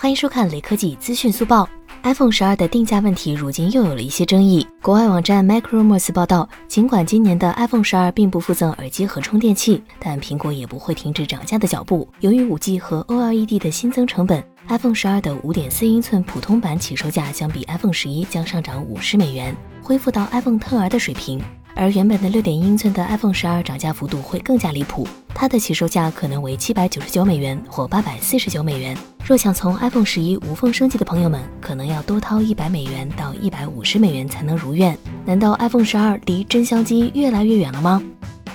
欢迎收看雷科技资讯速报。iPhone 12的定价问题如今又有了一些争议。国外网站 Macrumors 报道，尽管今年的 iPhone 12并不附赠耳机和充电器，但苹果也不会停止涨价的脚步。由于 5G 和 OLED 的新增成本， iPhone 12的 5.4 英寸普通版起售价相比 iPhone 11将上涨50美元，恢复到 iPhone XR 的水平。而原本的 6.1 英寸的 iPhone 12涨价幅度会更加离谱，它的起售价可能为799美元或849美元。若想从 iPhone 11无缝升级的朋友们，可能要多掏100美元到150美元才能如愿。难道 iPhone 12离真香机越来越远了吗？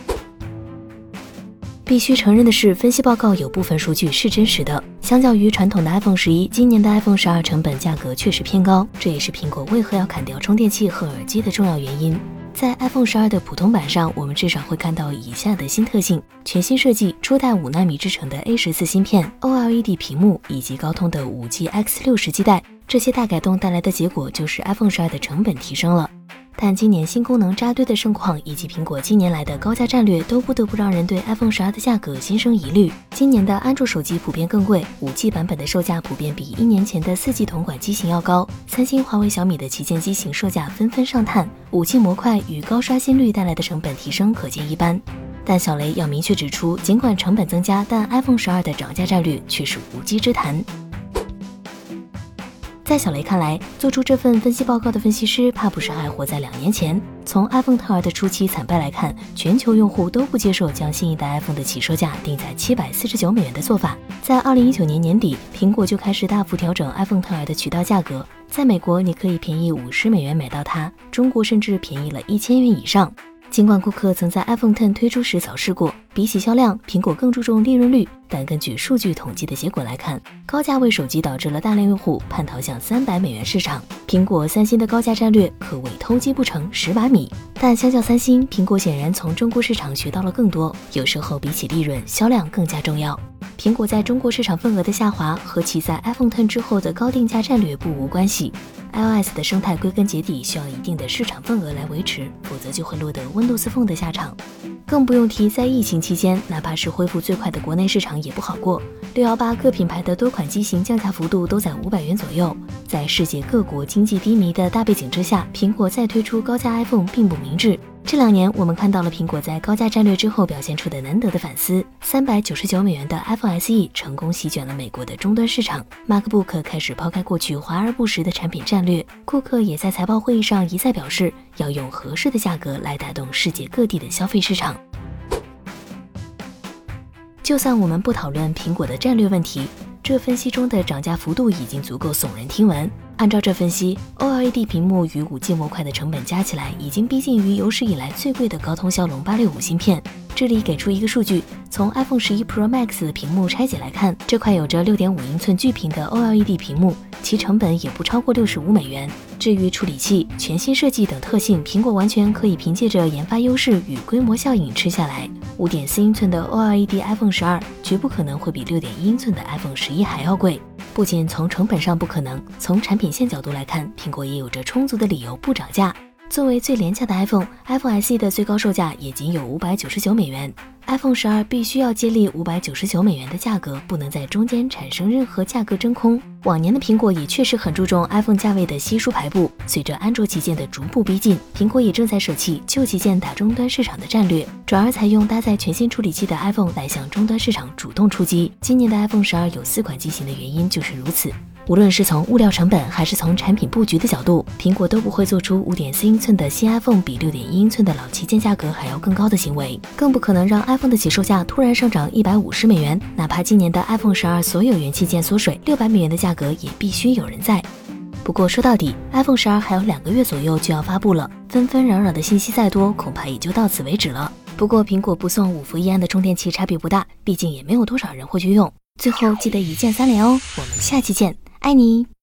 必须承认的是，分析报告有部分数据是真实的。相较于传统的 iPhone 11，今年的 iPhone 12成本价格确实偏高，这也是苹果为何要砍掉充电器和耳机的重要原因。在 iPhone 12的普通版上，我们至少会看到以下的新特性：全新设计，初代5纳米制成的 A14 芯片、OLED 屏幕以及高通的 5G X60 基带。这些大改动带来的结果就是 iPhone 12的成本提升了。但今年新功能扎堆的盛况，以及苹果近年来的高价战略，都不得不让人对 iPhone 12的价格心生疑虑。今年的安卓手机普遍更贵，5G 版本的售价普遍比1年前的4G 同款机型要高，三星、华为、小米的旗舰机型售价纷纷上探，5G 模块与高刷新率带来的成本提升可见一斑。但小雷要明确指出，尽管成本增加，但 iPhone 12的涨价战略却是无稽之谈。在小雷看来，做出这份分析报告的分析师怕不是还活在2年前。从 iPhone XR 的初期惨败来看，全球用户都不接受将新一代 iPhone 的起售价定在749美元的做法。在2019年年底，苹果就开始大幅调整 iPhone XR 的渠道价格，在美国你可以便宜50美元买到它，中国甚至便宜了1000元以上。尽管顾客曾在 iPhone X 推出时早试过，比起销量，苹果更注重利润率，但根据数据统计的结果来看，高价位手机导致了大量用户叛逃向300美元市场。苹果、三星的高价战略可谓偷鸡不成蚀把米，但相较三星，苹果显然从中国市场学到了更多，有时候比起利润，销量更加重要。苹果在中国市场份额的下滑和其在 iPhone X 之后的高定价战略不无关系。iOS 的生态归根结底需要一定的市场份额来维持，否则就会落得 Windows Phone 的下场。更不用提在疫情期间，哪怕是恢复最快的国内市场也不好过。618各品牌的多款机型降价幅度都在500元左右。在世界各国经济低迷的大背景之下，苹果再推出高价 iPhone 并不明智。这2年，我们看到了苹果在高价战略之后表现出的难得的反思。399美元的 iPhone SE 成功席卷了美国的终端市场 ，MacBook 开始抛开过去华而不实的产品战略。库克也在财报会议上一再表示，要用合适的价格来带动世界各地的消费市场。就算我们不讨论苹果的战略问题，这分析中的涨价幅度已经足够耸人听闻。按照这分析， OLED 屏幕与 5G 模块的成本加起来已经逼近于有史以来最贵的高通骁龙865芯片。这里给出一个数据，从 iPhone 11 Pro Max 的屏幕拆解来看，这块有着 6.5 英寸巨屏的 OLED 屏幕，其成本也不超过65美元。至于处理器、全新设计等特性，苹果完全可以凭借着研发优势与规模效应吃下来。5.4 英寸的 OLED iPhone 12绝不可能会比 6.1 英寸的 iPhone 11还要贵。不仅从成本上不可能，从产品线角度来看，苹果也有着充足的理由不涨价。作为最廉价的 iPhone SE 的最高售价也仅有599美元。iPhone 12必须要接力599美元的价格，不能在中间产生任何价格真空。往年的苹果也确实很注重 iPhone 价位的稀疏排布，随着安卓旗舰的逐步逼近，苹果也正在舍弃旧旗舰打终端市场的战略，转而采用搭载全新处理器的 iPhone 来向终端市场主动出击。今年的 iPhone 12有4款机型的原因就是如此。无论是从物料成本还是从产品布局的角度，苹果都不会做出 5.4 英寸的新 iPhone 比 6.1 英寸的老旗舰价格还要更高的行为，更不可能让 iPhone 的起售价突然上涨150美元，哪怕今年的 iPhone 12所有元器件缩水，600美元的价格也必须有人在。不过说到底， iPhone 12还有2个月左右就要发布了，纷纷扰扰的信息再多，恐怕也就到此为止了。不过苹果不送5伏1安的充电器差别不大，毕竟也没有多少人会去用。最后记得1键3连哦，我们下期见，爱你。